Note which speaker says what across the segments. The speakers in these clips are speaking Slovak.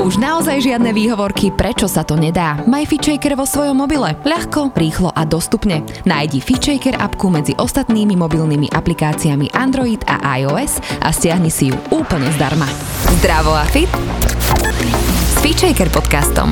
Speaker 1: Už naozaj žiadne výhovorky, prečo sa to nedá. Maj FitShaker vo svojom mobile. Ľahko, rýchlo a dostupne. Nájdi FitShaker appku medzi ostatnými mobilnými aplikáciami Android a iOS a stiahni si ju úplne zdarma. Zdravo a fit s FitShaker podcastom.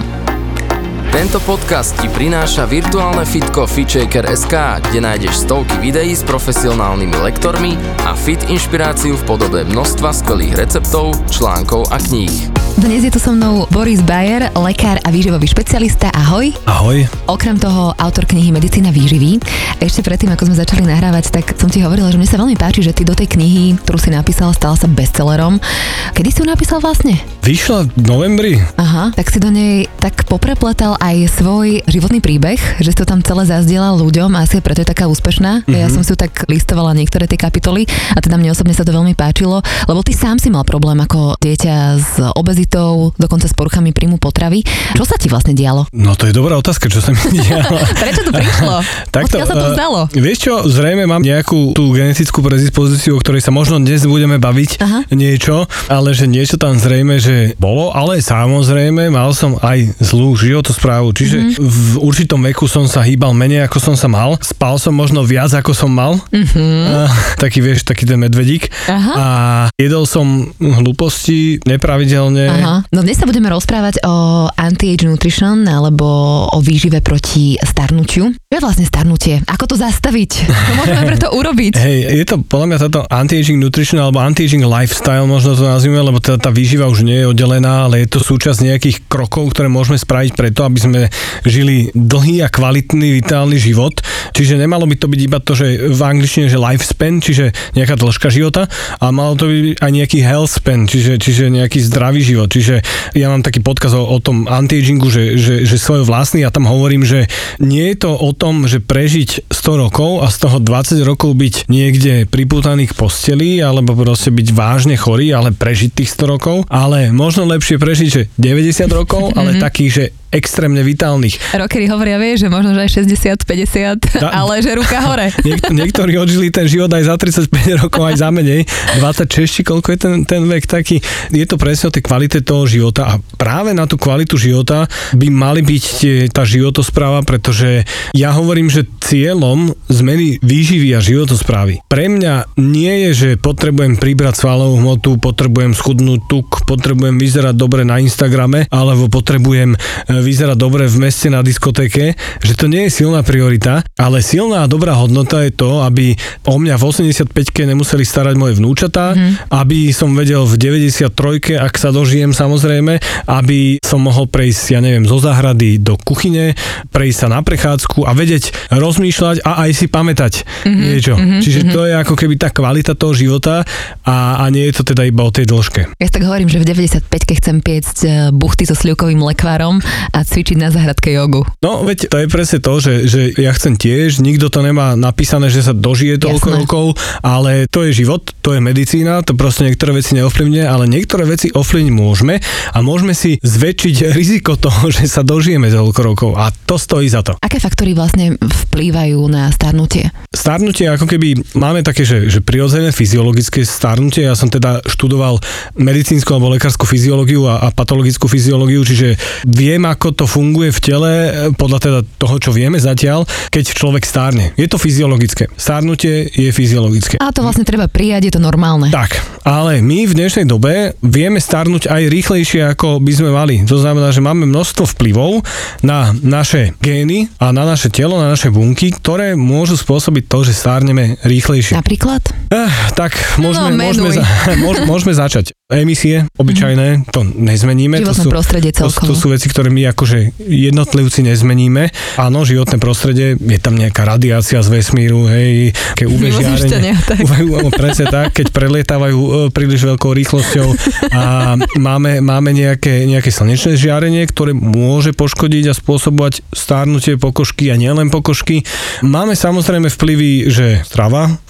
Speaker 2: Tento podcast ti prináša virtuálne fitko FitShaker.sk, kde nájdeš stovky videí s profesionálnymi lektormi a fit inšpiráciu v podobe množstva skvelých receptov, článkov a kníh.
Speaker 1: Dnes je tu so mnou Boris Bayer, lekár a výživový špecialista. Ahoj.
Speaker 3: Ahoj.
Speaker 1: Okrem toho autor knihy Medicína výživy. Ešte predtým, ako sme začali nahrávať, tak som ti hovorila, že mne sa veľmi páči, že ty do tej knihy, ktorú si napísal, stala sa bestsellerom. Kedy si ju napísal vlastne?
Speaker 3: Vyšla v novembri.
Speaker 1: Aha, tak si do nej tak poprepletal aj svoj životný príbeh, že si to tam celé zazdielal ľuďom a asi preto je taká úspešná. Ja som si ju tak listovala niektoré tie kapitoly a teda mne osobne sa to veľmi páčilo, lebo ty sám si mal problém ako dieťa s obezitou, dokonca s poruchami príjmu potravy. Čo sa ti vlastne dialo?
Speaker 3: No to je dobrá otázka, čo sa mi dialo.
Speaker 1: Prečo to prišlo? Odkiaľ sa to zdalo?
Speaker 3: Vieš čo, zrejme mám nejakú tú genetickú predispozíciu, o ktorej sa možno dnes budeme baviť niečo, ale že niečo tam zrejme, že bolo, ale samozrejme mal som aj zlú životosprávu, čiže v určitom veku som sa hýbal menej, ako som sa mal. Spal som možno viac, ako som mal. Taký, vieš, taký ten medvedík. A jedol som hlúposti nepravidelne.
Speaker 1: No dnes sa budeme rozprávať o anti-age nutrition, alebo o výžive proti starnutiu. Čo je vlastne starnutie? Ako to zastaviť? Čo môžeme preto urobiť?
Speaker 3: Hej, je to podľa mňa táto anti-aging nutrition alebo anti-aging lifestyle, možno to nazvime, lebo tá výživa už nie je oddelená, ale je to súčasť nejakých krokov, ktoré môžeme spraviť preto, aby sme žili dlhý a kvalitný, vitálny život. Čiže nemalo by to byť iba to, že v angličtine, že lifespan, čiže nejaká dĺžka života, a malo to byť aj nejaký health span, čiže nejaký zdravý život. Čiže ja mám taký podkaz o tom anti-agingu, že svoj vlastný, a tam hovorím, že nie je to o tom, že prežiť 100 rokov a z toho 20 rokov byť niekde pripútaný k posteli alebo proste byť vážne chorý, ale prežiť tých 100 rokov, ale možno lepšie prežiť, že 90 rokov, ale takých, že extrémne vitálnych.
Speaker 1: Rockery hovoria, že možno, že aj 60, 50, ale že ruka hore.
Speaker 3: Niektorí odžili ten život aj za 35 rokov, aj za menej. 26, či koľko je ten vek taký. Je to presne o tej kvalite toho života a práve na tú kvalitu života by mali byť tá životospráva, pretože ja hovorím, že cieľom zmeny výživy a životosprávy pre mňa nie je, že potrebujem pribrať svalovú hmotu, potrebujem schudnúť tuk, potrebujem vyzerať dobre na Instagrame, alebo potrebujem vyzerať dobre v meste na diskotéke, že to nie je silná priorita, ale silná a dobrá hodnota je to, aby o mňa v 85-ke nemuseli starať moje vnúčatá, aby som vedel v 93-ke, ak sa dožijem samozrejme, aby som mohol prejsť, ja neviem, zo záhrady do kuchyne, prejsť sa na prechádzku a vedieť rozmýšľať a aj si pamätať niečo. Čiže to je ako keby tá kvalita toho života a nie je to teda iba o tej dĺžke.
Speaker 1: Ja tak hovorím, že v 95-ke chcem piecť buchty so slivkovým lekvárom a cvičiť na záhradke jogu. No,
Speaker 3: veď to je presne to, že ja chcem tiež, nikto to nemá napísané, že sa dožije toľko rokov, ale to je život, to je medicína, to proste niektoré veci neovplyvňuje, ale niektoré veci ovplyvniť môžeme a môžeme si zväčšiť riziko toho, že sa dožijeme toľko rokov a to stojí za to.
Speaker 1: Aké faktory vlastne vplývajú na starnutie?
Speaker 3: Starnutie, ako keby máme také, že prirodzené fyziologické starnutie. Ja som teda študoval medicínsku alebo lekárskú fyziológiu a patologickú fyziológiu, čiže viem, ako to funguje v tele, podľa teda toho, čo vieme zatiaľ, keď človek stárne. Je to fyziologické. Starnutie je fyziologické.
Speaker 1: A to vlastne treba prijať, je to normálne.
Speaker 3: Tak, ale my v dnešnej dobe vieme starnúť aj rýchlejšie, ako by sme mali. To znamená, že máme množstvo vplyvov na naše gény a na naše telo, na naše bunky, ktoré môžu spôsobiť to, že stárneme rýchlejšie.
Speaker 1: Napríklad?
Speaker 3: Tak môžeme začať. Emisie obyčajné, to nezmeníme.
Speaker 1: Životné prostredie celkovo.
Speaker 3: To sú veci, ktoré my akože jednotlivci nezmeníme. Áno, životné prostredie, je tam nejaká radiácia z vesmíru, hej, keď UV žiarenie. Presne tak, keď prelietávajú príliš veľkou rýchlosťou a máme nejaké slnečné žiarenie, ktoré môže poškodiť a spôsobovať stárnutie pokožky a nielen pokožky. Máme samozrejme vplyvy, že strava,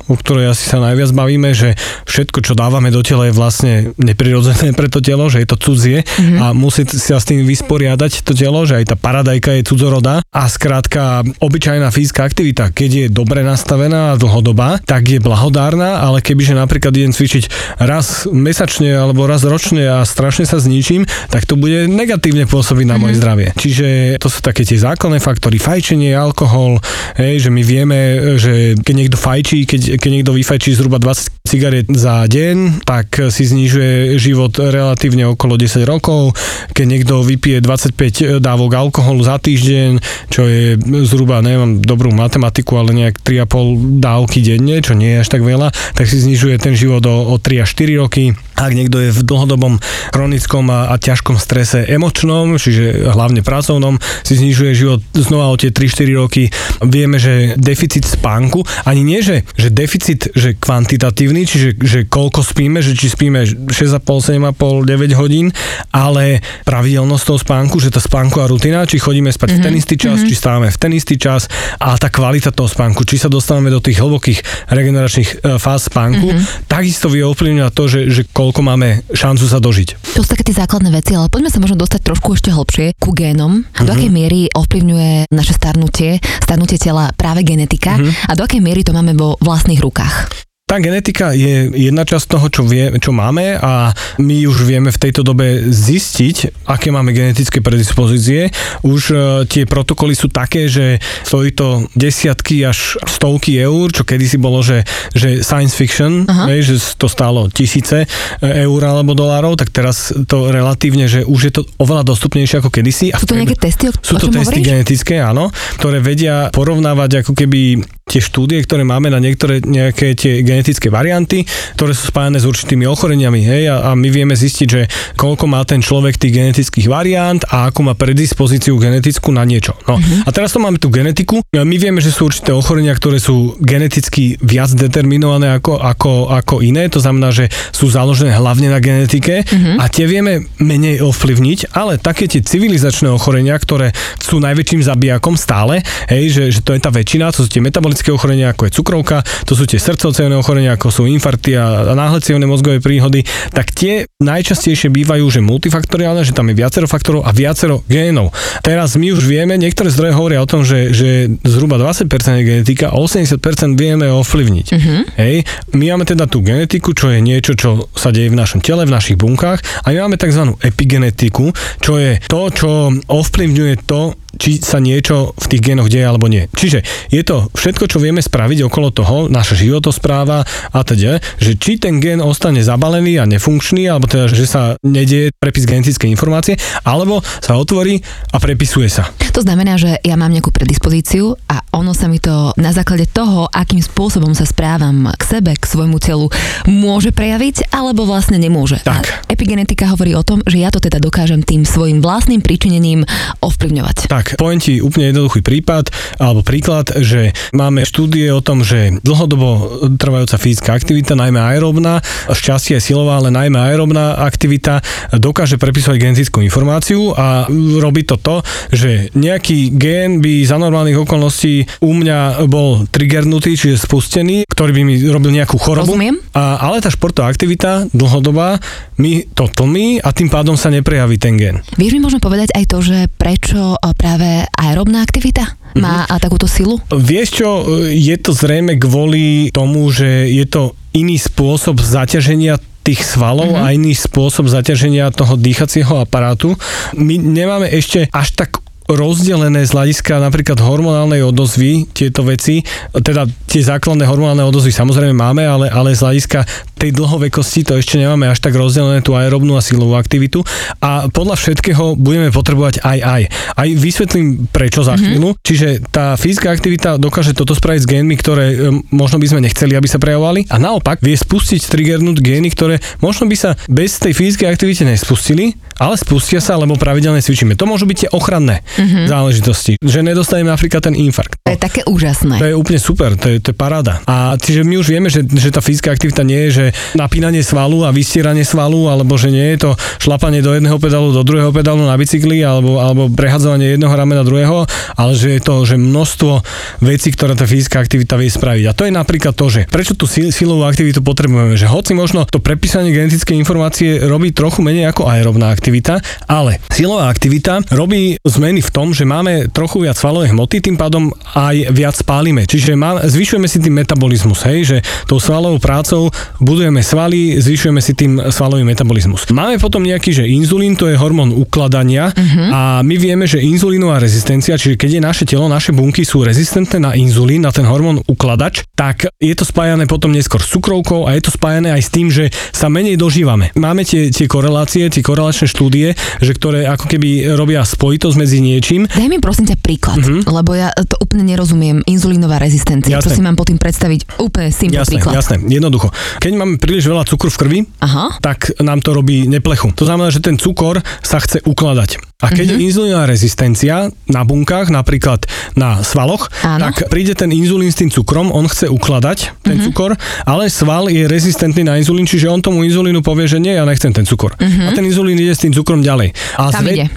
Speaker 3: o ktorej asi sa najviac bavíme, že všetko, čo dávame do tela, je vlastne neprirodzené pre to telo, že je to cudzie a musí sa s tým vysporiadať to telo, že aj tá paradajka je cudzoroda a skrátka obyčajná fyzická aktivita, keď je dobre nastavená a dlhodobá, tak je blahodárna, ale kebyže napríklad idem cvičiť raz mesačne alebo raz ročne a strašne sa zničím, tak to bude negatívne pôsobiť na moje zdravie. Čiže to sú také tie základné faktory, fajčenie, alkohol, že my vieme, že keď niekto fajčí, keď niekto vyfajčí zhruba 20 cigariet za deň, tak si znižuje život relatívne okolo 10 rokov. Keď niekto vypije 25 dávok alkoholu za týždeň, čo je zhruba, neviem dobrú matematiku, ale nejak 3,5 dávky denne, čo nie je až tak veľa, tak si znižuje ten život o 3 až 4 roky. Ak niekto je v dlhodobom chronickom a ťažkom strese emočnom, čiže hlavne pracovnom, si znižuje život znova o tie 3-4 roky. Vieme, že deficit spánku, ani nie, že deficit, že kvantitatívny, čiže že koľko spíme, že či spíme 6,5, 7,5, 9 hodín, ale pravidelnosť toho spánku, že tá spánková rutina, či chodíme spať v ten istý čas, či stávame v ten istý čas a tá kvalita toho spánku, či sa dostávame do tých hlbokých regeneračných fáz spánku, takisto vie ovplyvňovať to, že koľko máme šancu sa dožiť.
Speaker 1: To sú také tie základné veci, ale poďme sa možno dostať trošku ešte hlbšie ku génom. Do akej miery ovplyvňuje naše starnutie tela práve genetika a do akej miery to máme vo vlastných rukách?
Speaker 3: Tá genetika je jedna časť toho, čo máme a my už vieme v tejto dobe zistiť, aké máme genetické predispozície. Už tie protokoly sú také, že stojí to desiatky až stovky eur, čo kedysi bolo, že science fiction, že to stálo tisíce eur alebo dolárov, tak teraz to relatívne, že už je to oveľa dostupnejšie ako kedysi.
Speaker 1: Sú to nejaké testy,
Speaker 3: sú to testy genetické, áno, ktoré vedia porovnávať ako keby tie štúdie, ktoré máme na nejaké tie genetické varianty, ktoré sú spájane s určitými ochoreniami, hej, a my vieme zistiť, že koľko má ten človek tých genetických variant a akú má predispozíciu genetickú na niečo. No. A teraz to máme tú genetiku. My vieme, že sú určité ochorenia, ktoré sú geneticky viac determinované ako iné, to znamená, že sú založené hlavne na genetike a tie vieme menej ovplyvniť, ale také tie civilizačné ochorenia, ktoré sú najväčším zabijakom stále, hej, že to je tá väčšina, to sú tie metabolické ochorenia, ako je cukrovka, to sú tie srdcovo-cievne ochorenia, ako sú infarkty a náhle cievne mozgové príhody, tak tie najčastejšie bývajú, že multifaktoriálne, že tam je viacero faktorov a viacero génov. Teraz my už vieme, niektoré zdroje hovoria o tom, že zhruba 20% je genetika a 80% vieme ovplyvniť. Hej. My máme teda tú genetiku, čo je niečo, čo sa deje v našom tele, v našich bunkách a my máme tzv. Epigenetiku, čo je to, čo ovplyvňuje to, či sa niečo v tých génoch deje alebo nie. Čiže je to všetko, čo vieme spraviť okolo toho, naša životospráva a teda, že či ten gén ostane zabalený a nefunkčný, alebo teda, že sa nedieje prepis genetickej informácie, alebo sa otvorí a prepisuje sa.
Speaker 1: To znamená, že ja mám nejakú predispozíciu a ono sa mi to na základe toho, akým spôsobom sa správam k sebe, k svojmu telu, môže prejaviť, alebo vlastne nemôže.
Speaker 3: Tak.
Speaker 1: A epigenetika hovorí o tom, že ja to teda dokážem tým svojim vlastným príčinením ovplyvňovať.
Speaker 3: Tak, poviem ti úplne jednoduchý prípad, alebo príklad, že máme štúdie o tom, že dlhodobo trvajúca fyzická aktivita, najmä aerobná, šťastie je silová, ale najmä aerobná aktivita dokáže prepisovať genetickú informáciu a robí to, že nejaký gén by za normálnych okolností u mňa bol triggernutý, čiže spustený, ktorý by mi robil nejakú chorobu.
Speaker 1: Rozumiem.
Speaker 3: Ale tá športová aktivita dlhodobá mi to tlmí a tým pádom sa neprejaví ten gén.
Speaker 1: Vieš mi možno povedať aj to, že prečo práve aerobná aktivita má takúto silu?
Speaker 3: Vieš čo, je to zrejme kvôli tomu, že je to iný spôsob zaťaženia tých svalov a iný spôsob zaťaženia toho dýchacieho aparátu. My nemáme ešte až tak rozdelené z hľadiska napríklad hormonálnej odozvy tieto veci, teda tie základné hormonálne odozvy samozrejme máme, ale z hľadiska tej dlhovekosti to ešte nemáme až tak rozdelené tú aerobnú a silovú aktivitu a podľa všetkého budeme potrebovať aj. Aj vysvetlím prečo za chvíľu. Čiže tá fyzická aktivita dokáže toto spraviť s génmi, ktoré možno by sme nechceli, aby sa prejavovali a naopak vie spustiť triggernúť gény, ktoré možno by sa bez tej fyzickej aktivity nespustili, ale spustia sa, lebo pravidelne cvičíme. To môžu byť tie ochranné záležitosti, že nedostaneme napríklad ten infarkt.
Speaker 1: To je také úžasné.
Speaker 3: To je úplne super, to je paráda. A čiže my už vieme, že tá fyzická aktivita nie je, že napínanie svalu a vystieranie svalu, alebo že nie je to šlapanie do jedného pedálu, do druhého pedálu na bicykli, alebo prehadzovanie jedného ramena druhého, ale že je to, že množstvo vecí, ktoré tá fyzická aktivita vie spraviť. A to je napríklad to, že prečo tú silovú aktivitu potrebujeme, že hoci možno to prepísanie genetickej informácie robí trochu menej ako aerobná aktivita, ale silová aktivita robí zmeny v tom, že máme trochu viac svalovej hmoty, tým pádom aj viac spálime. Čiže zvyšujeme si tým metabolizmus, hej, že tou svalovou prácou budujeme svaly, zvyšujeme si tým svalový metabolizmus. Máme potom nejaký, že inzulín, to je hormón ukladania a my vieme, že inzulínová rezistencia, čiže keď je naše telo, naše bunky sú rezistentné na inzulín, na ten hormón ukladač, tak je to spájané potom neskôr s cukrovkou a je to spájané aj s tým, že sa menej dožívame. Máme tie korelácie, tie korelačné štúdie, že ktoré ako keby robia spojitosť medzi niečím.
Speaker 1: Daj mi prosím ťa príklad, lebo ja to úplne nerozumiem. Inzulínová rezistencia. Jasné. Čo si mám pod tým predstaviť? Úplne simple príklad. Jasné,
Speaker 3: jednoducho. Keď máme príliš veľa cukru v krvi, tak nám to robí neplechu. To znamená, že ten cukor sa chce ukladať. A keď je inzulínová rezistencia na bunkách, napríklad na svaloch, tak príde ten inzulín s tým cukrom, on chce ukladať ten cukor, ale sval je rezistentný na inzulín, čiže on tomu inzulínu povie, že nie, ja nechcem ten cukor. A ten inzulín ide s tým cukrom ďalej. A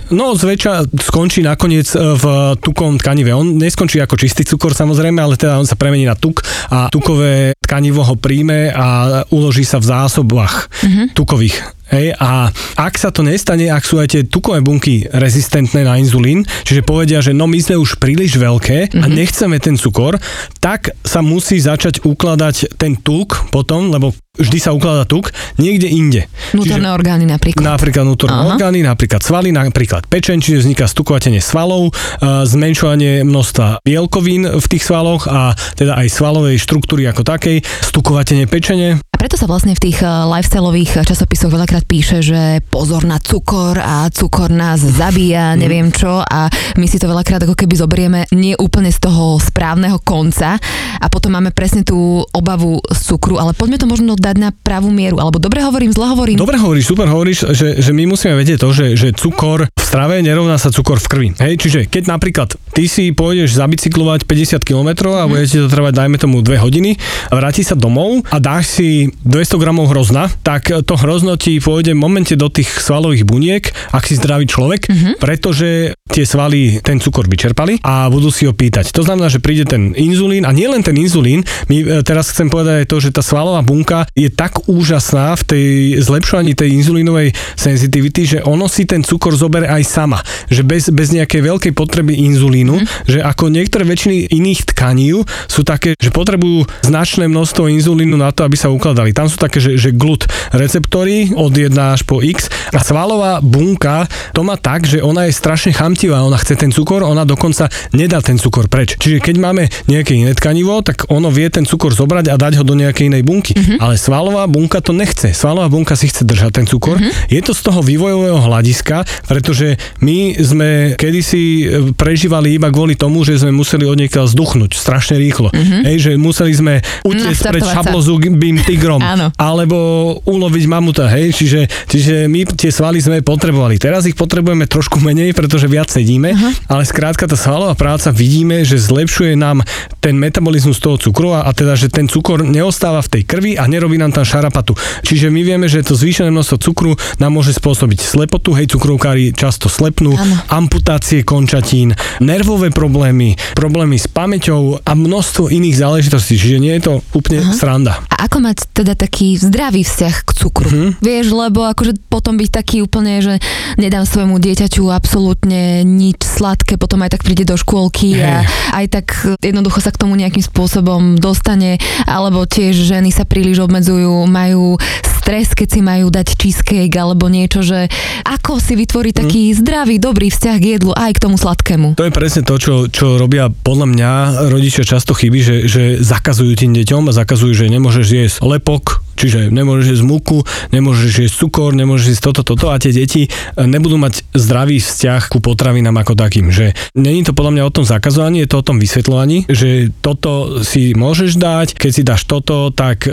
Speaker 3: zväčša skončí nakoniec v tukovom tkanive. On neskončí ako čistý cukor samozrejme, ale teda on sa premení na tuk a tukové tkanivo ho príjme a uloží sa v zásobách tukových. Hej, a ak sa to nestane, ak sú aj tie tukové bunky rezistentné na inzulín, čiže povedia, že no my sme už príliš veľké a nechceme ten cukor, tak sa musí začať ukladať ten tuk potom, lebo vždy sa ukladá tuk niekde inde.
Speaker 1: Vnútorné orgány napríklad.
Speaker 3: Napríklad vnútorné orgány, napríklad svaly, napríklad pečeň, čiže vzniká stukovatenie svalov, zmenšovanie množstva bielkovín v tých svaloch a teda aj svalovej štruktúry ako takej, stukovatenie pečene.
Speaker 1: A preto sa vlastne v tých lifestyleových časopisoch veľakrát píše, že pozor na cukor a cukor nás zabíja, neviem čo, a my si to veľakrát ako keby zoberieme nie úplne z toho správneho konca a potom máme presne tú obavu z cukru, ale poďme to možno dať na pravú mieru, alebo dobre hovorím, zle hovorím? Dobre
Speaker 3: hovoríš, super hovoríš, že my musíme vedieť to, že cukor v strave nerovná sa cukor v krvi. Hej, čiže keď napríklad ty si pôjdeš zabicyklovať 50 km a bude ti to trvať, dajme tomu 2 hodiny a vráti sa domov a dáš si 200 gramov hrozna, tak to hrozno ti pôjde v momente do tých svalových buniek, ak si zdravý človek, pretože tie svaly ten cukor vyčerpali a budú si ho pýtať. To znamená, že príde ten inzulín a nie len ten inzulín, my teraz chcem povedať aj to, že tá svalová bunka je tak úžasná v tej zlepšovaní tej inzulínovej senzitivity, že ono si ten cukor zoberie aj sama. Že bez nejakej veľkej potreby inzulínu, že ako niektoré väčšiny iných tkaní sú také, že potrebujú značné množstvo inzulínu na to, aby sa ukladali. Tam sú také, že GLUT receptory od 1 až po X a svalová bunka to má tak, že ona je strašne chamtivá, ona chce ten cukor, ona dokonca nedá ten cukor preč. Čiže keď máme nejaké iné tkanivo, tak ono vie ten cukor zobrať a dať ho do nejakej inej bunky. Ale svalová bunka to nechce. Svalová bunka si chce držať ten cukor. Je to z toho vývojového hľadiska, pretože my sme kedysi prežívali iba kvôli tomu, že sme museli odniekiaľ zduchnúť strašne rýchlo. Hej, že museli sme utiecť pred šablozubým tigrom alebo uloviť mamuta, hej, čiže my tie svaly sme potrebovali. Teraz ich potrebujeme trošku menej, pretože viac sedíme, ale skrátka tá svalová práca vidíme, že zlepšuje nám ten metabolizmus toho cukru a teda, že ten cukor neostáva v tej krvi a nerobí nám tam šarapatu. Čiže my vieme, že to zvýšené množstvo cukru nám môže spôsobiť slepotu, hej, cukrovkári často slepnú, amputácie končatín, nervové problémy s pamäťou a množstvo iných záležitostí, čiže nie je to úplne sranda.
Speaker 1: A ako mať teda taký zdravý vzťah k cukru? Vieš, lebo akože potom byť taký úplne, že nedám svojmu dieťaťu absolútne nič sladké, potom aj tak príde do škôlky a aj tak jednoducho sa k tomu nejakým spôsobom dostane, alebo tiež ženy sa príliš obmedzujú, majú stres, keď si majú dať cheesecake alebo niečo, že ako si vytvoriť taký zdravý, dobrý vzťah k jedlu aj k tomu sladkému.
Speaker 3: To je presne to, čo robia podľa mňa rodičia často chyby, že zakazujú tým deťom a zakazujú, že nemôžeš jesť lepok, Čiže nemôžeš jesť múku, nemôžeš jesť cukor, nemôžeš jesť toto a tie deti nebudú mať zdravý vzťah ku potravinám ako takým. Že není to podľa mňa o tom zakazovaní, je to o tom vysvetľovaní, že toto si môžeš dať, keď si dáš toto, tak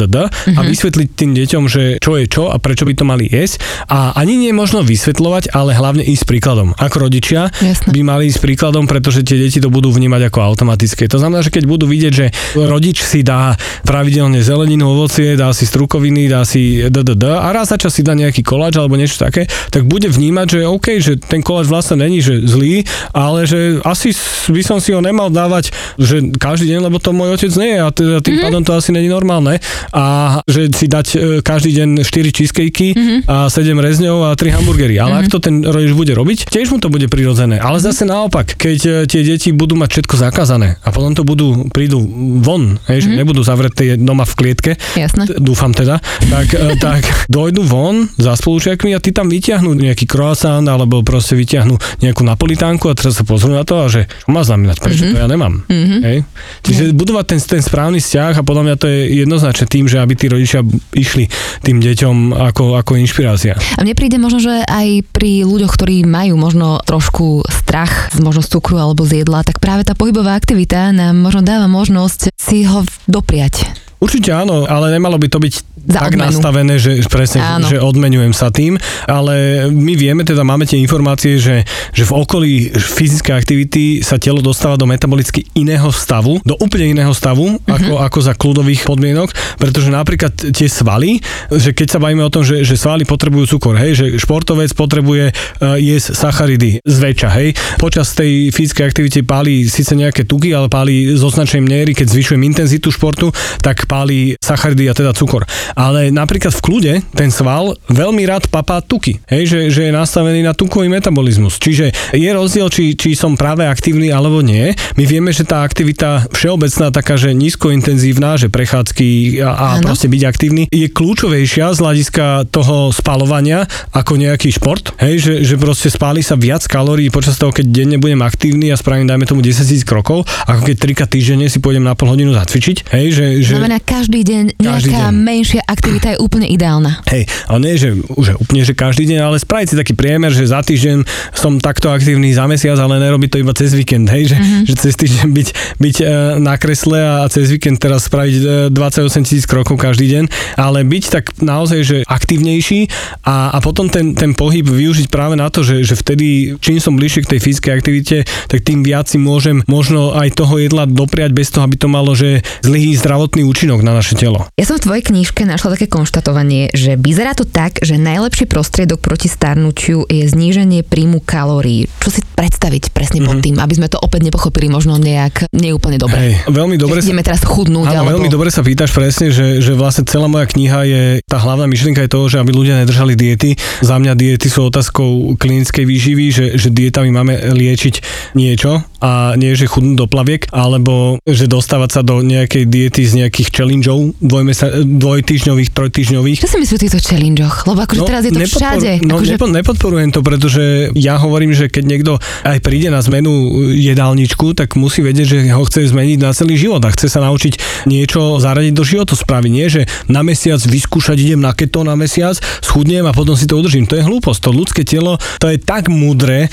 Speaker 3: a vysvetliť tým deťom, že čo je čo a prečo by to mali jesť. A ani nie je možno vysvetľovať, ale hlavne ísť príkladom. Ako rodičia by mali ísť príkladom, pretože tie deti to budú vnímať ako automatické. To znamená, že keď budú vidieť, že rodič si dá pravidelne zeleninu, ovocie, dá si strukoviny, dá si a raz za čas si dá nejaký koláč alebo niečo také, tak bude vnímať, že OK, že ten koláč vlastne není že zlý, ale že asi by som si ho nemal dávať, že každý deň, lebo to môj otec nie je a teda tým pádom to asi není normálne a že si dať každý deň 4 cheesecakey a 7 rezňov a 3 hamburgery. Ale ak to ten rodič bude robiť, tiež mu to bude prirodzené. Ale zase naopak, keď tie deti budú mať všetko zakázané a potom to prídu von, že nebudú zavreté doma v klietke,
Speaker 1: jasné.
Speaker 3: Dúfam teda, tak dojdu von za spolužiakmi a ty tam vyťahnú nejaký croissant alebo proste vyťahnú nejakú napolitánku a teraz sa pozrú na to a že čo má znamenať, prečo to ja nemám. Hej? Čiže budovať ten správny vzťah a podľa mňa to je jednoznačne tým, že aby tí rodičia išli tým deťom ako inšpirácia.
Speaker 1: A mne príde možno, že aj pri ľuďoch, ktorí majú možno trošku strach možno z cukru alebo z jedla, tak práve tá pohybová aktivita nám možno dáva možnosť si ho dopriať.
Speaker 3: Určite áno, ale nemalo by to byť tak
Speaker 1: odmenu
Speaker 3: nastavené, že presne, že odmenujem sa tým, ale my vieme, teda máme tie informácie, že v okolí fyzickej aktivity sa telo dostáva do metabolicky iného stavu, do úplne iného stavu, ako za kľudových podmienok, pretože napríklad tie svaly, že keď sa bavíme o tom, že svaly potrebujú cukor, hej, že športovec potrebuje jesť sacharidy zväčša, hej, počas tej fyzickej aktivity páli síce nejaké tuky, ale páli zo značnej miery, keď zvyšujem intenzitu športu, tak páli sacharidy a teda cukor. Ale napríklad v kľude ten sval veľmi rád papá tuky. Hej, že je nastavený na tukový metabolizmus. Čiže je rozdiel, či som práve aktívny alebo nie. My vieme, že tá aktivita všeobecná taká, že nízkointenzívna, že prechádzky a proste byť aktívny, je kľúčovejšia z hľadiska toho spalovania ako nejaký šport. Hej, že proste spáli sa viac kalórií počas toho, keď denne budem aktívny a spravím, dajme tomu 10 000 krokov, ako keď 3-krát týždenne si pôjdem na pol hodinu zacvičiť. Hej, že
Speaker 1: znamená každý deň nejaká menšia aktivita je úplne ideálna.
Speaker 3: Hej, ale nie, že úplne, že každý deň, ale spraviť si taký priemer, že za týždeň som takto aktívny za mesiac, ale nerobiť to iba cez víkend, hej, že cez týždeň byť na kresle a cez víkend teraz spraviť 28 000 krokov každý deň, ale byť tak naozaj, že aktívnejší a potom ten pohyb využiť práve na to, že vtedy, čím som bližšie k tej fyzickej aktivite, tak tým viac si môžem možno aj toho jedla dopriať bez toho, aby to malo, že zlý zdravotný účinok na naše telo.
Speaker 1: Ja som v tvojej knižke našla také konštatovanie, že vyzerá to tak, že najlepší prostriedok proti starnutiu je zníženie príjmu kalórií. Čo si predstaviť presne pod tým, aby sme to opäť nepochopili možno nejak neúplne dobre.
Speaker 3: Hej, veľmi dobre.
Speaker 1: Ideme teraz chudnúť.
Speaker 3: Áno, veľmi dobre sa pýtaš presne, že vlastne celá moja kniha je, tá hlavná myšlienka je toho, že aby ľudia nedržali diety. Za mňa diety sú otázkou klinickej výživy, že dietami máme liečiť niečo a nie, že chudnúť do plaviek, alebo že dostávať sa do nejakej diety z nejakých challengeov, dvojtýždňových, trojtýždňových.
Speaker 1: Čo si myslíš o týchto challengeoch? Lebo akože teraz je to všade.
Speaker 3: Nepodporujem to, pretože ja hovorím, že keď niekto aj príde na zmenu jedálničku, tak musí vedieť, že ho chce zmeniť na celý život a chce sa naučiť niečo zaradiť do životosprávy. Nie, že na mesiac vyskúšať, idem na keto na mesiac, schudnem a potom si to udržím. To je hlúposť. To ľudské telo, to je tak múdre,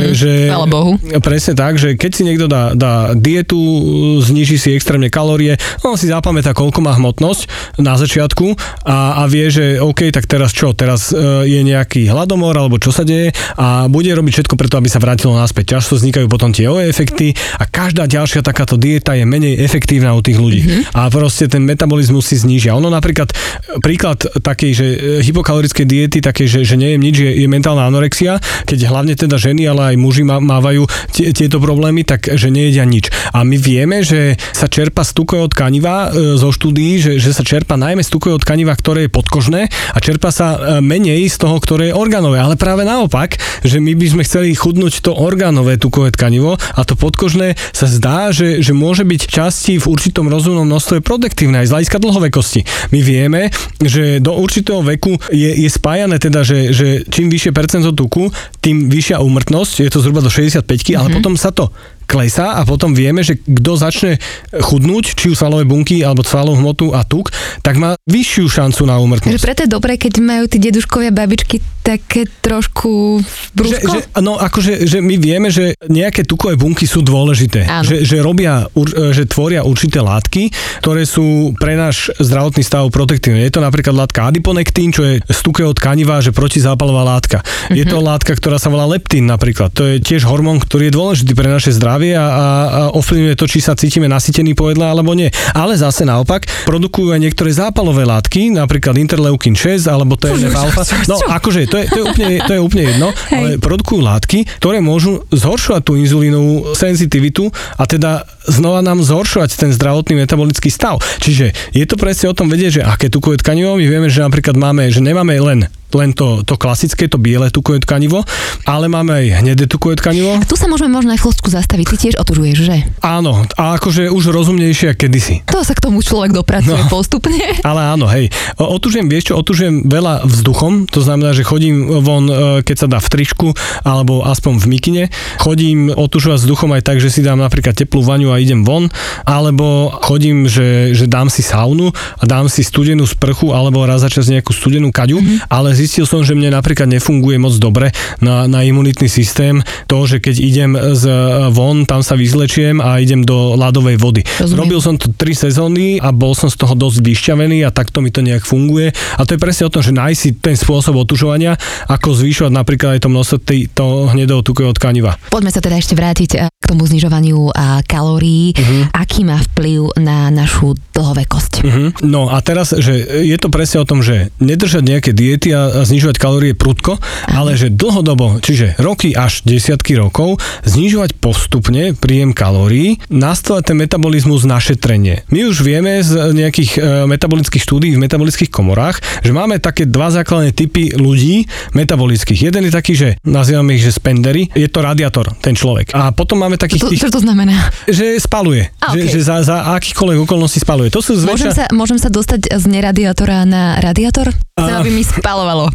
Speaker 3: že
Speaker 1: Chvála Bohu.
Speaker 3: Presne tak, že keď si niekto dá dietu, zniží si extrémne kalórie, on si zapamätá, koľko má hmotnosť na začiatku a vie, že OK, tak teraz čo? Teraz je nejaký hladomor alebo čo sa deje a bude robiť všetko preto, aby sa vrátilo naspäť. Často vznikajú potom tie efekty a každá ďalšia takáto dieta je menej efektívna u tých ľudí. A proste ten metabolizmus si znížia. Ono napríklad, príklad takej, že hypokalorickej diety, takej, že nie je nič, je mentálna anorexia, keď hlavne teda ženy, ale aj muži mávajú tieto problémy, tak že nejedia nič. A my vieme, že sa čerpa z tukového tkaniva zo štúdií, že sa čerpa najmä z tukového tkaniva, ktoré je podkožné a čerpa sa menej z toho, ktoré je orgánové. Ale práve naopak, že my by sme chceli chudnúť to orgánové tukové tkanivo a to podkožné sa zdá, že môže byť časti v určitom rozumnom množstve protektívne aj z hľadiska dlhovekosti. My vieme, že do určitého veku je spájané teda, že čím vyššie percento tuku, tým vyššia úmrtnosť, je to zhruba do 65, ale potom sa to klesá a potom vieme, že kto začne chudnúť, či už svalové bunky alebo svalovú hmotu a tuk, tak má vyššiu šancu na úmrtnosť.
Speaker 1: Že preto je dobré, keď majú tí deduškovia babičky také trošku brúško?
Speaker 3: Že my vieme, že nejaké tukové bunky sú dôležité. Že tvoria určité látky, ktoré sú pre náš zdravotný stav protektívne. Je to napríklad látka adiponektín, čo je z tukého tkaniva, že protizápalová látka. Je to látka, ktorá sa volá leptín napríklad. To je tiež hormón, ktorý je dôležitý pre naše zdravie a ovplyvňuje to, či sa cítime nasytení po jedle alebo nie. Ale zase naopak produkujú aj niektoré zápalové látky, napríklad interleukin 6 alebo TNF alfa. No akože to je úplne jedno, ale produkujú látky, ktoré môžu zhoršovať tú inzulínovú senzitivitu a teda znova nám zhoršovať ten zdravotný metabolický stav. Čiže je to presne o tom vedieť, že aké tukové tkanivo. My vieme, že napríklad nemáme len to klasické, to biele tukové tkanivo, ale máme aj hnedé tukové tkanivo.
Speaker 1: A tu sa môžeme možno aj chvíľku zastaviť. Ty tiež otužuješ, že?
Speaker 3: Áno, a akože už rozumnejšie ako kedysi.
Speaker 1: To sa k tomu človek dopracuje postupne.
Speaker 3: Ale áno, hej. Otužujem veľa vzduchom, to znamená, že chodím von, keď sa dá v tričku, alebo aspoň v mikine. Chodím otužovať vzduchom aj tak, že si dám napríklad teplú vaňu a idem von, alebo chodím, že dám si saunu a dám si studenú sprchu, alebo raz za čas nejakú studenú kaďu, ale zistil som, že mne napríklad nefunguje moc dobre na imunitný systém to, že keď idem von, tam sa vyzlečiem a idem do ľadovej vody. Rozumiem. Robil som to 3 sezóny a bol som z toho dosť vyšťavený a takto mi to nejak funguje. A to je presne o tom, že nájsť si ten spôsob otužovania, ako zvyšovať napríklad aj to množstvo toho hnedého tukového tkaniva. Poďme
Speaker 1: sa teda ešte vrátiť k tomu znižovaniu kalórií. Aký má vplyv na našu dlhovekosť?
Speaker 3: No a teraz, že je to presne o tom, že nedržať nejaké diety a znižovať kalórie prudko, ale že dlhodobo, čiže roky až desiatky rokov, znižovať postupne príjem kalórií, nastavať ten metabolizmus na šetrenie. My už vieme z nejakých metabolických štúdií v metabolických komorách, že máme také dva základné typy ľudí metabolických. Jeden je taký, že nazývame ich, že spendery, je to radiátor, ten človek. A potom máme takých
Speaker 1: Čo to znamená?
Speaker 3: Že spaluje. Že za akýchkoľvek okolností spaluje. To sú
Speaker 1: Môžem sa dostať z neradiátora na radiátor? Chcem, aby mi spalovalo.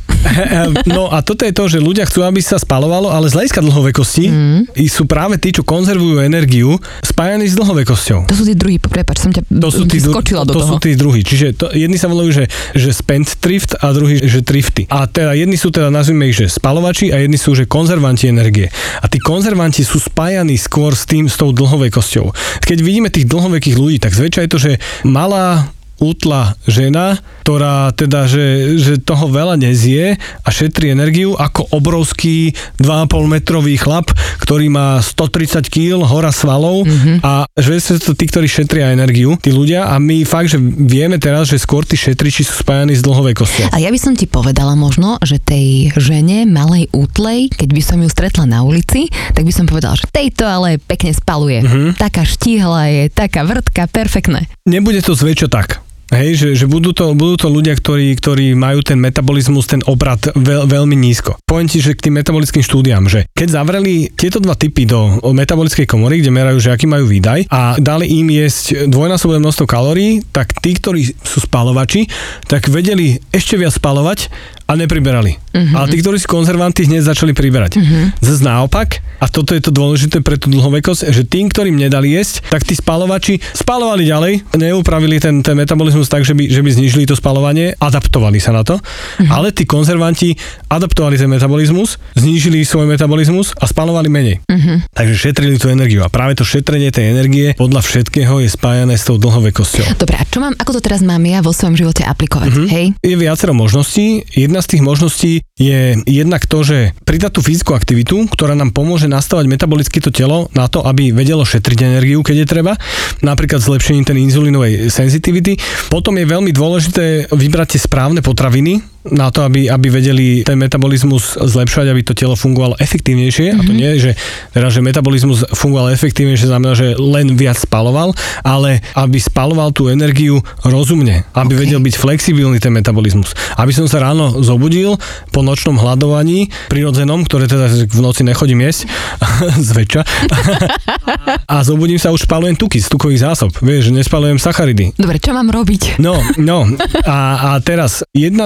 Speaker 3: No a toto je to, že ľudia chcú, aby sa spalovalo, ale z hľadiska dlhovekosti sú práve tí, čo konzervujú energiu, spájaní s dlhovekosťou.
Speaker 1: To sú tí druhí, prepáč, som ťa skočila do toho.
Speaker 3: To sú tí druhí, čiže jedni sa volajú, že spendthrift a druhý, že thrifty. A teda jedni sú teda, nazvime ich, že spalovači a jedni sú, že konzervanti energie. A tí konzervanti sú spájaní skôr s tou dlhovekosťou. Keď vidíme tých dlhovekých ľudí, tak zväčša je to, že malá útla žena, ktorá teda, že toho veľa nezie a šetrí energiu, ako obrovský 2,5 metrový chlap, ktorý má 130 kg, hora svalov a že sú to tí, ktorí šetria energiu, tí ľudia a my fakt, že vieme teraz, že skôr tí šetriči sú spájani s dlhovekosťou.
Speaker 1: A ja by som ti povedala možno, že tej žene malej útlej, keď by som ju stretla na ulici, tak by som povedala, že tejto ale pekne spaluje. Taká štíhla je, taká vrtka, perfektné.
Speaker 3: Nebude to zväčša tak. Hej, že budú to ľudia, ktorí majú ten metabolizmus, ten obrat veľmi nízko. Poviem ti, že k tým metabolickým štúdiám, že keď zavreli tieto dva typy do metabolickej komory, kde merajú, že aký majú výdaj a dali im jesť dvojnásobné množstvo kalórií, tak tí, ktorí sú spalovači, tak vedeli ešte viac spalovať a nepriberali. Ale tí, ktorí sú konzervanti, hneď začali priberať. Zas naopak, a toto je to dôležité pre tú dlhovekosť, že tým, ktorým nedali jesť, tak tí spalovači spalovali ďalej, neupravili ten metabolizmus tak, že by znížili to spalovanie, adaptovali sa na to, ale tí konzervanti adaptovali ten metabolizmus, znížili svoj metabolizmus a spalovali menej. Takže šetrili tú energiu a práve to šetrenie tej energie podľa všetkého je spájané s tou dlhovekosťou.
Speaker 1: Dobre, a ako to teraz mám ja vo svojom živote aplikovať? Hej?
Speaker 3: Je viacero možností. Jedna z tých možností je jednak to, že pridať tú fyzickú aktivitu, ktorá nám pomôže nastavať metabolicky to telo na to, aby vedelo šetriť energiu, keď je treba. Napríklad zlepšením tej inzulínovej senzitivity. Potom je veľmi dôležité vybrať tie správne potraviny na to, aby vedeli ten metabolizmus zlepšovať, aby to telo fungovalo efektívnejšie. A to nie je, že metabolizmus fungoval efektívnejšie, znamená, že len viac spaloval, ale aby spaloval tú energiu rozumne, aby vedel byť flexibilný ten metabolizmus. Aby som sa ráno zobudil po nočnom hladovaní, prirodzenom, ktoré teda v noci nechodím jesť, zväčša, a zobudím sa, už spalujem tuky z tukových zásob. Vieš, že nespalujem sacharidy.
Speaker 1: Dobre, čo mám robiť?
Speaker 3: No. A teraz jedna z tých možností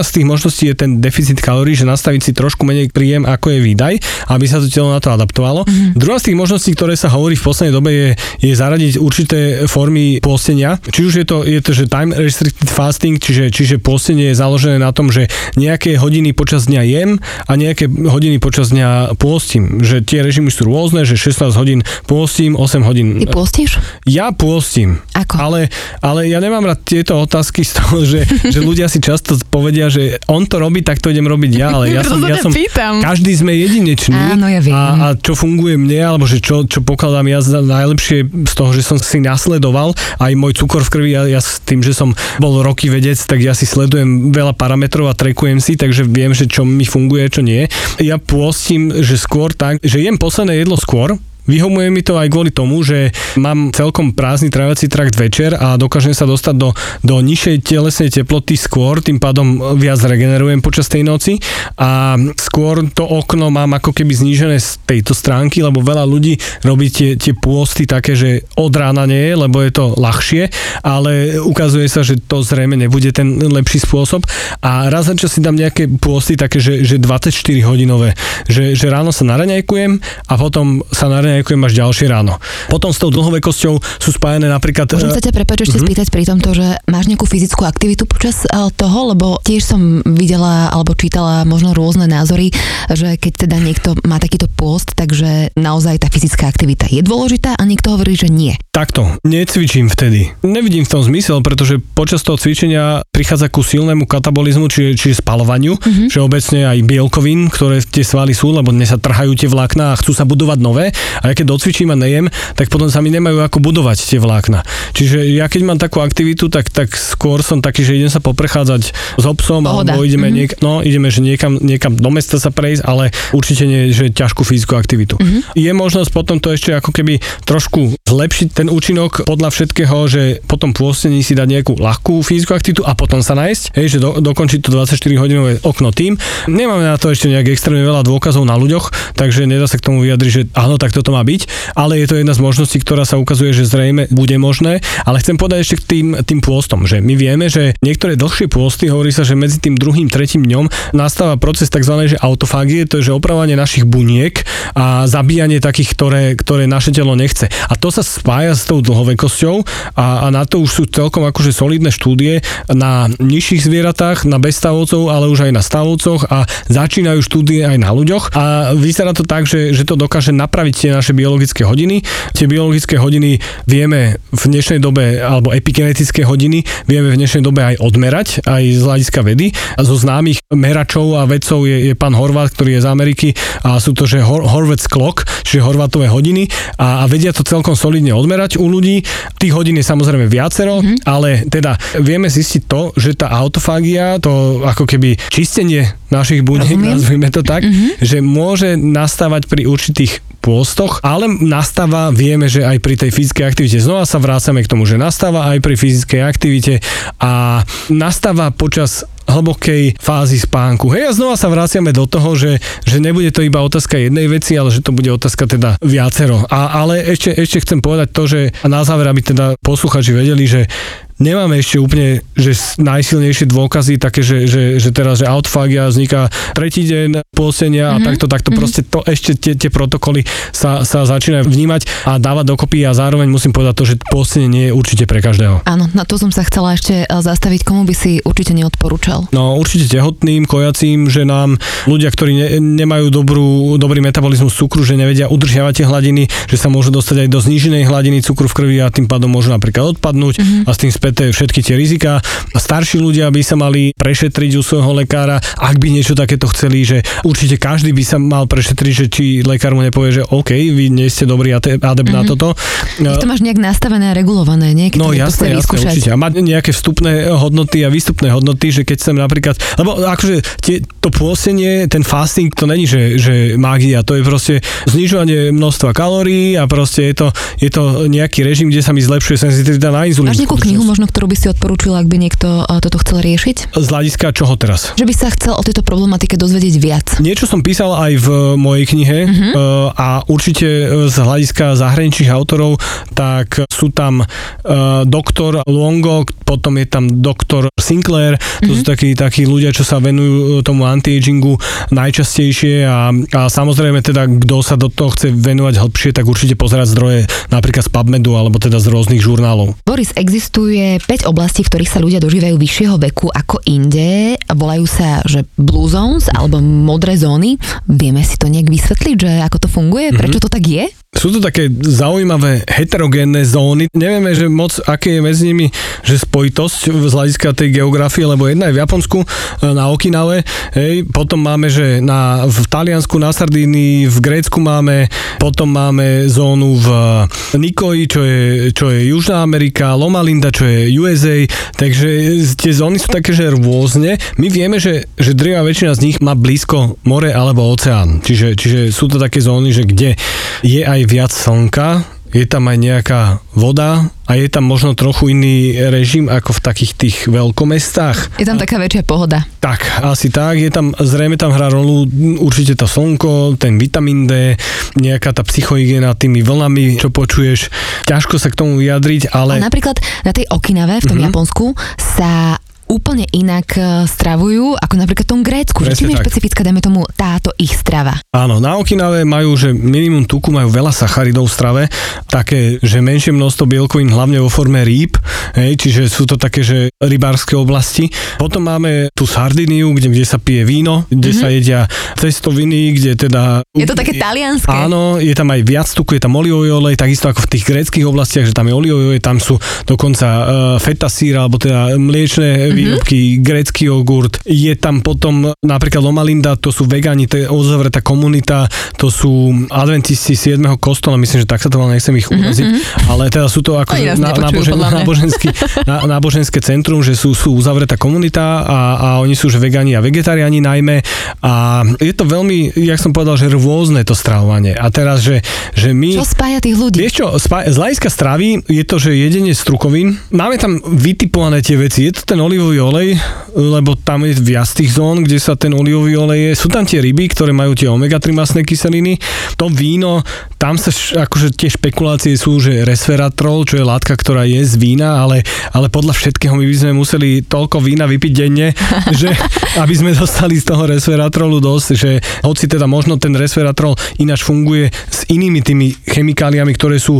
Speaker 3: budúcnosti je ten deficit kalórií, že nastaviť si trošku menej príjem, ako je výdaj, aby sa to telo na to adaptovalo. Druhá z tých možností, ktoré sa hovorí v poslednej dobe, je zaradiť určité formy pôstenia. Či už je to že time restricted fasting, čiže pôstenie je založené na tom, že nejaké hodiny počas dňa jem a nejaké hodiny počas dňa pôstim. Že tie režimy sú rôzne, že 16 hodín pôstim, 8 hodín.
Speaker 1: Ty pôstíš?
Speaker 3: Ja pôstim.
Speaker 1: Ako?
Speaker 3: Ale ja nemám rád tieto otázky z toho, že ľudia si často povedia, že on to robí, tak to idem robiť ja, ale ja som každý sme jedinečný.
Speaker 1: Áno, ja viem.
Speaker 3: A čo funguje mne, alebo že čo pokladám ja za najlepšie z toho, že som si nasledoval aj môj cukor v krvi, ja s tým, že som bol roky vedec, tak ja si sledujem veľa parametrov a trekujem si, takže viem, že čo mi funguje, čo nie. Ja pôstim, že skôr tak, že jem posledné jedlo skôr. Vyhovuje mi to aj kvôli tomu, že mám celkom prázdny tráviaci trakt večer a dokážem sa dostať do nižšej telesnej teploty skôr, tým pádom viac regenerujem počas tej noci a skôr to okno mám ako keby znížené z tejto stránky, lebo veľa ľudí robí tie pôsty také, že od rána nie je, lebo je to ľahšie, ale ukazuje sa, že to zrejme nebude ten lepší spôsob a raz za čas si dám nejaké pôsty také, že 24 hodinové, že ráno sa naraňajkujem a potom sa naraňajkujem až ďalšie ráno. Potom s tou dlhovekosťou sú spájené napríklad...
Speaker 1: Môžem sa ťa prepáč ešte spýtať pri tomto, že máš nejakú fyzickú aktivitu počas toho, lebo tiež som videla alebo čítala možno rôzne názory, že keď teda niekto má takýto pôst, takže naozaj tá fyzická aktivita je dôležitá a niekto hovorí, že nie.
Speaker 3: Takto, necvičím vtedy. Nevidím v tom zmysel, pretože počas toho cvičenia prichádza ku silnému katabolizmu, čiže spalovaniu, že obecne aj bielkovín, ktoré tie svaly sú, lebo dnes sa trhajú tie vlákna a chcú sa budovať nové. A ja keď docvičím a nejem, tak potom sa mi nemajú ako budovať tie vlákna. Čiže ja keď mám takú aktivitu, tak skôr som taký, že idem sa poprechádzať s obsom, alebo ideme že niekam do mesta sa prejsť, ale určite nie, že ťažkú fyzickú aktivitu. Je možnosť potom to ešte ako keby trošku zlepšiť ten účinok podľa všetkého, že potom pôstení si dať nejakú ľahkú fyzickú aktivitu a potom sa nájsť, že dokončiť to 24-hodinové okno tým. Nemáme na to ešte nejak extrémne veľa dôkazov na ľuďoch, takže nedá sa k tomu vyjadriť, že áno, tak toto má byť, ale je to jedna z možností, ktorá sa ukazuje, že zrejme bude možné, ale chcem povedať ešte k tým pôstom, že my vieme, že niektoré dlhšie pôsty, hovorí sa, že medzi tým 2. 3. dňom nastáva proces tzv. Že autofágie, to je že opravovanie našich buniek a zabíjanie takých, ktoré naše telo nechce. A to sa spája s tou dlhovekosťou a na to už sú celkom akože solidné štúdie na nižších zvieratách, na bezstavovcov, ale už aj na stavovcoch a začínajú štúdie aj na ľuďoch a vyzerá to tak, že to dokáže napraviť tie naše biologické hodiny. Tie biologické hodiny vieme v dnešnej dobe, alebo epigenetické hodiny, vieme v dnešnej dobe aj odmerať, aj z hľadiska vedy. A zo známych meračov a vedcov je pán Horváth, ktorý je z Ameriky a sú to, že Horvath's clock, čiže Horváthové hodiny a vedia to celkom solidne odmerať u ľudí. Tých hodín je samozrejme viacero, ale teda vieme zistiť to, že tá autofágia, to ako keby čistenie našich buniek, nazvime to tak, že môže nastávať pri určitých pôstoch, ale nastáva, vieme, že aj pri tej fyzickej aktivite. Znova sa vrácame k tomu, že nastáva aj pri fyzickej aktivite a nastáva počas hlbokej fázy spánku. Hej, a znova sa vraciame do toho, že nebude to iba otázka jednej veci, ale že to bude otázka teda viacero. Ale ešte chcem povedať to, že a na záver, aby teda posluchači vedeli, že nemáme ešte úplne, že najsilnejšie dôkazy také, že teraz, že autofágia vzniká tretí deň pôstenia a takto proste to ešte tie protokoly sa začínajú vnímať a dávať dokopy a zároveň musím povedať to, že pôstenie nie je určite pre každého.
Speaker 1: Áno, na to som sa chcela ešte zastaviť, komu by si určite neodporúčal.
Speaker 3: No určite tehotným, kojacím ženám, ľudia, ktorí nemajú dobrý metabolizmus cukru, že nevedia udržiavať tie hladiny, že sa môžu dostať aj do zníženej hladiny cukru v krvi a tým pádom môžu napríklad odpadnúť a s tým všetky tie rizika. Starší ľudia by sa mali prešetriť u svojho lekára, ak by niečo takéto chceli, že určite každý by sa mal prešetriť, že či lekár mu nepovie, že OK, vy nie ste dobrý adept na toto.
Speaker 1: Nech to máš nejak nastavené a regulované, nie?
Speaker 3: No jasné, určite. A mať nejaké vstupné hodnoty a výstupné hodnoty, že keď chcem napríklad, lebo akože to to pôstenie, ten fasting, to není, že mágia, to je proste znižovanie množstva kalórií a proste je to nejaký režim, kde sa mi zlepšuje senzitivita na inzulín.
Speaker 1: Máš nejakú knihu možno, ktorú by si odporúčila, ak by niekto toto chcel riešiť?
Speaker 3: Z hľadiska čoho teraz?
Speaker 1: Že by sa chcel o tejto problematike dozvedieť viac.
Speaker 3: Niečo som písal aj v mojej knihe a určite z hľadiska zahraničných autorov, tak sú tam doktor Longo, potom je tam doktor Sinclair, to sú takí ľudia, čo sa venujú tomu anti-agingu najčastejšie a samozrejme teda, kto sa do toho chce venovať hĺbšie, tak určite pozerať zdroje napríklad z PubMedu alebo teda z rôznych žurnálov.
Speaker 1: Boris, existuje 5 oblastí, v ktorých sa ľudia dožívajú vyššieho veku ako inde. Volajú sa, že blue zones alebo modré zóny. Vieme si to nejak vysvetliť, že ako to funguje? Prečo to tak je?
Speaker 3: Sú to také zaujímavé heterogénne zóny. Nevieme, že moc, aké je medzi nimi, že spojitosť z hľadiska tej geografie, lebo jedna je v Japonsku, na Okinave, potom máme, že v Taliansku, na Sardínii, v Grécku máme, potom máme zónu v Nikoji, čo je Južná Amerika, Loma Linda, čo je USA, takže tie zóny sú také, že rôzne. My vieme, že drvivá väčšina z nich má blízko more alebo oceán, čiže sú to také zóny, že kde je aj viac slnka, je tam aj nejaká voda a je tam možno trochu iný režim ako v takých tých veľkomestách.
Speaker 1: Je tam taká väčšia pohoda.
Speaker 3: Tak, asi tak. Zrejme tam hrá rolu určite to slnko, ten vitamín D, nejaká tá psychohygiena tými vlnami, čo počuješ. Ťažko sa k tomu vyjadriť, ale...
Speaker 1: A napríklad na tej Okinave v tom Japonsku sa úplne inak stravujú, ako napríklad v tom Grécku. Čím je špecifická, dajme tomu, táto ich strava?
Speaker 3: Áno, na Okinave majú, že minimum tuku, majú veľa sacharidov v strave, také, že menšie množstvo bielkovín, hlavne vo forme rýb, čiže sú to také, že rybárske oblasti. Potom máme tú Sardíniu, kde sa pije víno, kde sa jedia cestoviny, kde teda...
Speaker 1: Je to také talianské.
Speaker 3: Áno, je tam aj viac tuku, je tam olivový olej, takisto ako v tých gréckych oblastiach, že tam je olivový olej, tam sú dokonca feta sír, alebo teda mliečne výrobky, grécky jogurt. Je tam potom napríklad Loma Linda, to sú vegáni, to je uzavretá komunita, to sú adventisti 7. kostola, myslím, že tak sa to volá, nechcem ich uraziť, ale teda sú to ako náboženské centrum, že sú uzavretá komunita a oni sú že vegáni a vegetariáni najmä a je to veľmi, jak som povedal, že rôzne to stravovanie. A teraz, že my...
Speaker 1: Čo spája tých ľudí?
Speaker 3: Vieš čo, z hľadiska stravy je to, že jedenie strukovín. Máme tam vytipované tie veci. Je to ten olivový olej, lebo tam je viac tých zón, kde sa ten olivový olej je. Sú tam tie ryby, ktoré majú tie omega-3 masné kyseliny. To víno, tam sa akože tie špekulácie sú, že resveratrol, čo je látka, ktorá je z vína, ale podľa všetkého my by sme museli toľko vína vypiť denne, že aby sme dostali z toho resveratrolu dosť, že hoci teda možno ten resveratrol ináč funguje s inými tými chemikáliami, ktoré sú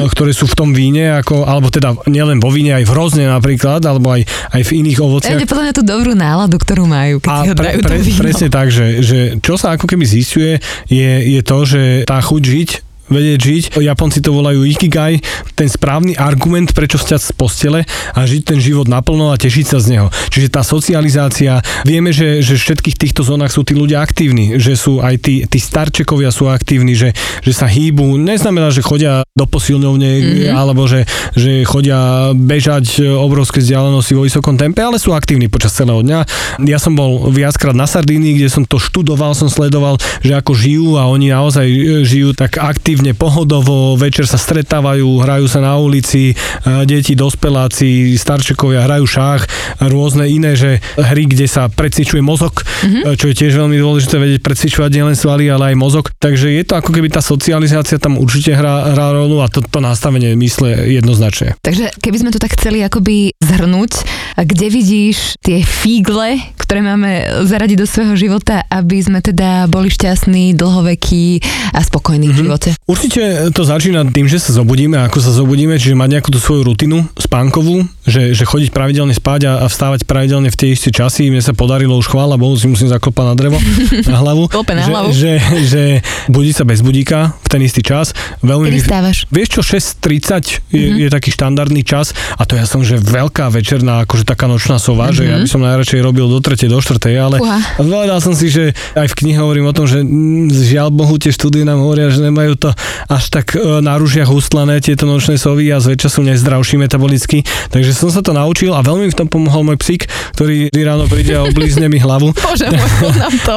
Speaker 3: v tom víne, alebo teda nielen vo víne, aj v hrozne napríklad, alebo aj v iných ovociach.
Speaker 1: Ja podľa mňa tú dobrú náladu, ktorú majú, keď si ho dajú to víno.
Speaker 3: Presne tak, že čo sa ako keby zisťuje, je to, že tá chuť žiť, vedieť žiť. Japonci to volajú ikigai, ten správny argument, prečo vstať z postele a žiť ten život naplno a tešiť sa z neho. Čiže tá socializácia, vieme, že v všetkých týchto zónach sú tí ľudia aktívni, že sú aj tí starčekovia sú aktívni, že sa hýbu. Neznamená, že chodia do posilňovne alebo že chodia bežať obrovské vzdialenosti vo vysokom tempe, ale sú aktívni počas celého dňa. Ja som bol viackrát na Sardínii, kde som to študoval, som sledoval, že ako žijú a oni naozaj žijú tak aktívne, pohodovo, večer sa stretávajú, hrajú sa na ulici, deti, dospeláci, starčekovia hrajú šach, rôzne iné, že hry, kde sa precvičuje mozog, čo je tiež veľmi dôležité vedieť precvičovať nielen svaly, ale aj mozog. Takže je to ako keby tá socializácia tam určite hrá rolu a to nastavenie mysle jednoznačne.
Speaker 1: Takže keby sme to tak chceli akoby zhrnúť, kde vidíš tie fígle, ktoré máme zaradiť do svojho života, aby sme teda boli šťastní, dlhovekí a spokojní v živote?
Speaker 3: Určite to začína tým, že sa zobudíme, ako sa zobudíme, čiže mať nejakú tú svoju rutinu spánkovú, že chodiť pravidelne spať a vstávať pravidelne v tie isté časy. Mne sa podarilo už, chvála Bohu, si musím zaklopať na drevo, na hlavu.
Speaker 1: Klope na hlavu.
Speaker 3: Že budiť sa bez budíka v ten istý čas.
Speaker 1: Kedy stávaš?
Speaker 3: Vieš čo, 6:30 je taký štandardný čas a to ja som, že veľká večerná, akože taká nočná sova, že ja by som najradšej robil do 3. do 4. ale povedal som si, že aj v knihe hovorím o tom, že žiaľ Bohu tie štúdie nám hovoria, že nemajú to až tak na ružiach ustlané tieto nočné sovy a zväčša sú nezdravší metabolicky. Takže som sa to naučil a veľmi v tom pomohol môj psík, ktorý ráno príde a oblízne mi hlavu.
Speaker 1: Bože môj, poznám to.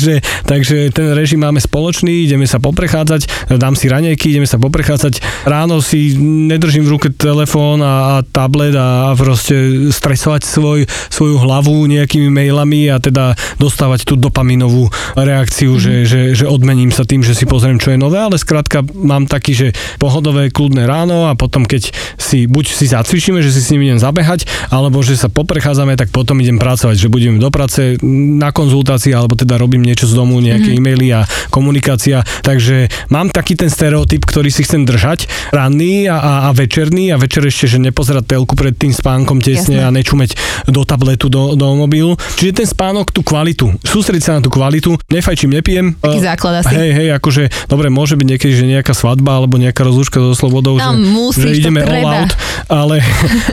Speaker 3: takže ten režim máme spoločný, ideme sa poprechádzať, dám si raňajky, ideme sa poprechádzať. Ráno si nedržím v ruke telefón a tablet a proste stresovať svoju hlavu nejakými mailami a teda dostávať tú dopaminovú reakciu, že odmením sa tým, že si pozriem, čo je nové, ale skrátka mám taký, že pohodové, kľudné ráno a potom keď buď si zacvičíme, že si s ním idem zabehať, alebo že sa poprechádzame, tak potom idem pracovať, že budem do práce na konzultácii, alebo teda robím niečo z domu, nejaké e-maily a komunikácia. Takže mám taký ten stereotyp, ktorý si chcem držať, ranný a večerný a večer ešte, že nepozerať telku pred tým spánkom tesne a nečumeť do tabletu, do mobilu. Čiže ten spánok, tú kvalitu, sústrediť sa na tú kvalitu, nefajčím, nepijem.
Speaker 1: Taký základ asi.
Speaker 3: Hej, akože, dobre, môže byť niekedy, že nejaká svadba alebo nejaká rozlúčka so slobodou, že ideme all out, ale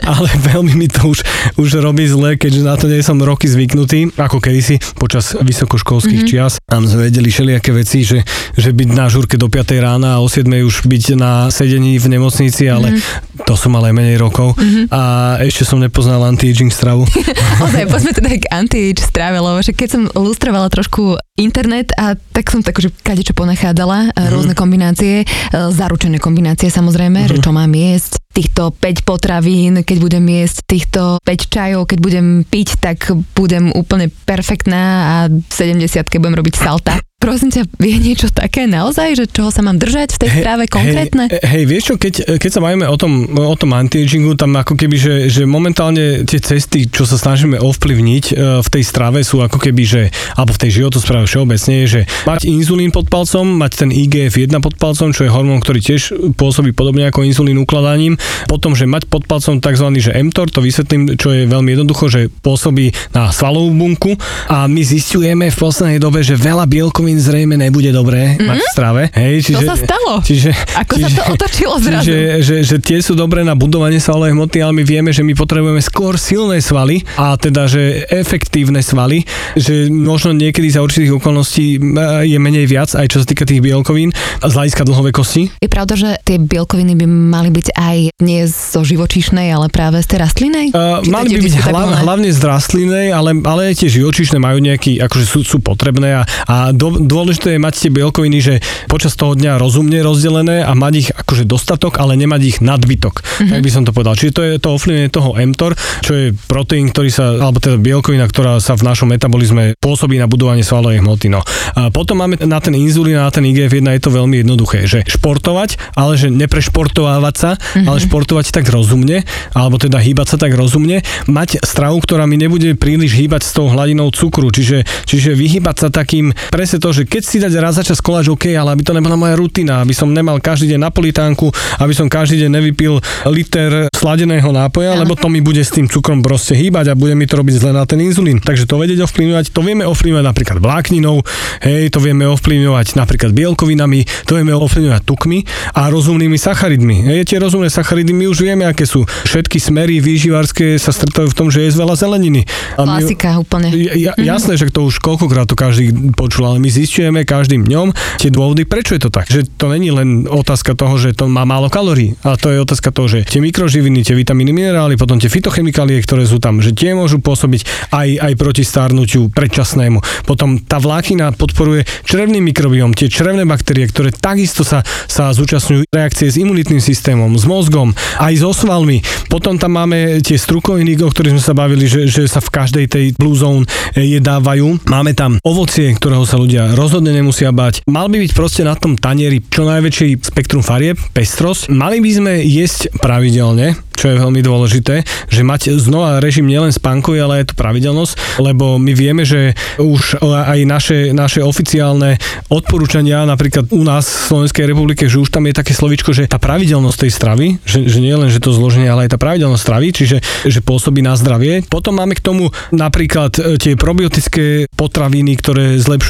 Speaker 3: veľmi mi to už robí zle, keďže na to nie som roky zvyknutý, ako kedysi počas vysokoškolských čias. Tam sme vedeli všelijaké veci, že byť na žúrke do 5 rána a o 7 už byť na sedení v nemocnici, ale to som mal aj menej rokov a ešte som nepoznal anti-aging stravu.
Speaker 1: Ozaj, poďme teda k anti-age strave, lebo že keď som lustrovala trošku internet a tak som tak, že kadečo ponachádzala, rôzne kombinácie, zaručené kombinácie samozrejme, že čo mám jesť, týchto 5 potravín, keď budem jesť týchto 5 čajov, keď budem piť, tak budem úplne perfektná a v 70-ke budem robiť salta. Prosím ťa, vie niečo také naozaj, že čoho sa mám držať v tej strave konkrétne?
Speaker 3: Hej, vieš čo, keď sa bavíme o tom anti-agingu, tam ako keby, že momentálne tie cesty, čo sa snažíme ovplyvniť v tej strave sú ako keby, alebo v tej životospráve všeobecne je, že mať inzulín pod palcom, mať ten IGF-1 pod palcom, čo je hormón, ktorý tiež pôsobí podobne ako inzulín ukladaním. Potom, že mať pod palcom tzv. Že mTOR, to vysvetlím, čo je veľmi jednoducho, že pôsobí na svalovú bunku a my zisťujeme v poslednej dobe, že veľa bielkovín zrejme nebude dobré mať v strave. Hej,
Speaker 1: to sa stalo. Ako sa to otočilo zrazu?
Speaker 3: Že tie sú dobré na budovanie svalovej hmoty, ale my vieme, že my potrebujeme skôr silné svaly a teda, že efektívne svaly, že možno niekedy za určitých okolností je menej viac, aj čo sa týka tých bielkovín z hľadiska dlhovekosti.
Speaker 1: Je pravda, že tie bielkoviny by mali byť aj nie zo živočíšnej, ale práve z tej rastlinej?
Speaker 3: Mali by byť hlavne z rastlinej, ale tie živočíšne majú nejaký, akože sú potrebné a dôležité je mať tie bielkoviny, že počas toho dňa rozumne rozdelené a mať ich akože dostatok, ale nemať ich nadbytok. Tak by som to povedal. Čiže to je to ovplyvnenie toho mTOR, čo je proteín, alebo teda bielkovina, ktorá sa v našom metabolizme pôsobí na budovanie svalovej hmoty. No. A potom máme na ten inzulín a na ten IGF-1 je to veľmi jednoduché, že športovať, ale že neprešportovávať sa, ale športovať tak rozumne, alebo teda hýbať sa tak rozumne, mať stravu, ktorá mi nebude príliš hýbať s tou hladinou cukru, čiže vyhýbať sa takým presne to, že keď si dať raz za čas koláč, OK, ale aby to nebola moja rutina, aby som nemal každý deň napolitánku, aby som každý deň nevypil liter sladeného nápoja, lebo to mi bude s tým cukrom proste hýbať a bude mi to robiť zle na ten inzulín. Takže to vedieť ovplyvňovať, to vieme ovplyvňovať napríklad vlákninou, hej, to vieme ovplyvňovať napríklad bielkovinami, to vieme ovplyvňovať tukmi a rozumnými sacharidmi. Hej, tie rozumné sacharidy my už vieme, aké sú. Všetky smery výživárske sa stretajú v tom, že je veľa zeleniny.
Speaker 1: Klasika úplne.
Speaker 3: Jasné, že to už koľkokrát to každý počul, ale my zisťujeme každým dňom tie dôvody, prečo je to tak. Že to není len otázka toho, že to má málo kalórií, ale to je otázka toho, že tie mikroživiny, tie vitamíny, minerály, potom tie fytochemikálie, ktoré sú tam, že tie môžu pôsobiť aj proti starnutiu predčasnému. Potom tá vláknina podporuje črevný mikrobióm, tie črevné baktérie, ktoré takisto sa zúčastňujú reakcie s imunitným systémom, s mozgom, aj so svalmi. Potom tam máme tie strukoviny, o ktorých sme sa bavili, že sa v každej tej blue zone jedávajú. Máme tam ovocie, ktorého sa ľudia rozhodne nemusia bať. Mal by byť proste na tom tanieri čo najväčší spektrum farieb, pestrosť. Mali by sme jesť pravidelne, čo je veľmi dôležité, že mať znova režim nielen spánkový, ale aj tú pravidelnosť, lebo my vieme, že už aj naše oficiálne odporúčania, napríklad u nás v Slovenskej republike, že už tam je také slovíčko, že tá pravidelnosť tej stravy, že nie len, že to zloženie, ale aj tá pravidelnosť stravy, čiže že pôsobí na zdravie. Potom máme k tomu napríklad tie probiotické potraviny, ktoré zlepšujú opäť náš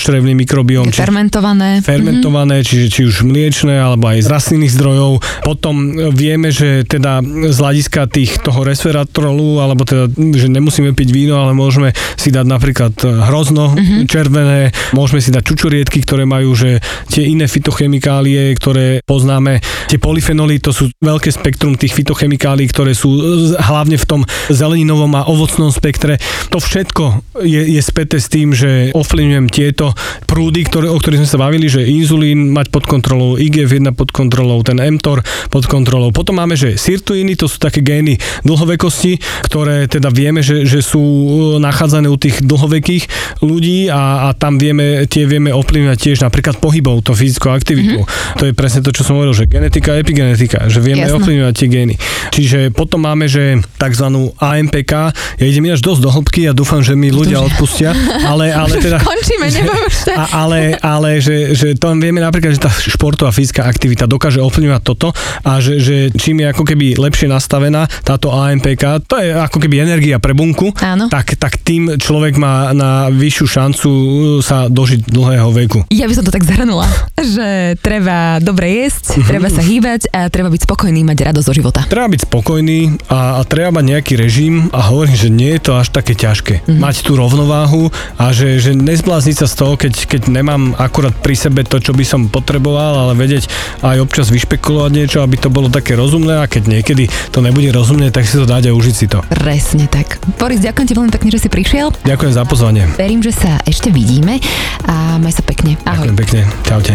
Speaker 3: črevný mikrobióm. Fermentované, čiže či už mliečne, alebo aj z rastlinných zdrojov. Potom vieme, že teda z hľadiska toho resveratrolu, alebo teda, že nemusíme piť víno, ale môžeme si dať napríklad hrozno červené, môžeme si dať čučoriedky, ktoré majú, že tie iné fytochemikálie, ktoré poznáme, tie polyfenoly, to sú veľké spektrum tých fytochemikálií, ktoré sú hlavne v tom zeleninovom a ovocnom spektre. To všetko je späté s tým, že ovplyvňujem tieto prúdy, o ktorých sme sa bavili, že inzulín mať pod kontrolou, IGF-1 pod kontrolou, ten mTOR pod kontrolou. Potom máme, že sirtuíny, to sú také gény dlhovekosti, ktoré teda vieme, že sú nachádzané u tých dlhovekých ľudí a tam vieme ovplyvňovať tiež napríklad pohybov, to fyzickú aktivitu. To je presne to, čo som hovoril, že genetika, epigenetika, že vieme ovplyvňovať tie gény. Čiže potom máme, že takzvanú AMPK, ja idem až dosť do hĺbky a dúfam, že mi ľudia odpustia, ale teda...
Speaker 1: Končíme,
Speaker 3: ale že to vieme napríklad, že tá športová fyzická aktivita dokáže ovplyvňovať toto a že čím je ako keby lepšie nastavená táto AMPK, to je ako keby energia pre bunku, tak tým človek má na vyššiu šancu sa dožiť dlhého veku.
Speaker 1: Ja by som to tak zhrnula, že treba dobre jesť, treba sa hýbať a treba byť spokojný, mať radosť zo života.
Speaker 3: Treba byť spokojný a treba mať nejaký režim a hovorím, že nie je to až také ťažké. Mať tú rovnováhu a že nezblázniť sa z toho, keď nemám akurát pri sebe to, čo by som potreboval, ale vedieť aj občas vyšpekulovať niečo, aby to bolo také rozumné a keď niekedy to nebude rozumné, tak si to dať a užiť si to.
Speaker 1: Presne tak. Boris, ďakujem ti veľmi pekne, že si prišiel.
Speaker 3: Ďakujem za pozvanie.
Speaker 1: Verím, že sa ešte vidíme a maj sa pekne. Ahoj.
Speaker 3: Ďakujem pekne. Čaute.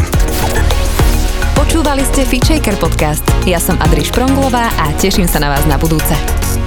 Speaker 1: Počúvali ste FitShaker podcast. Ja som Adri Špronglová a teším sa na vás na budúce.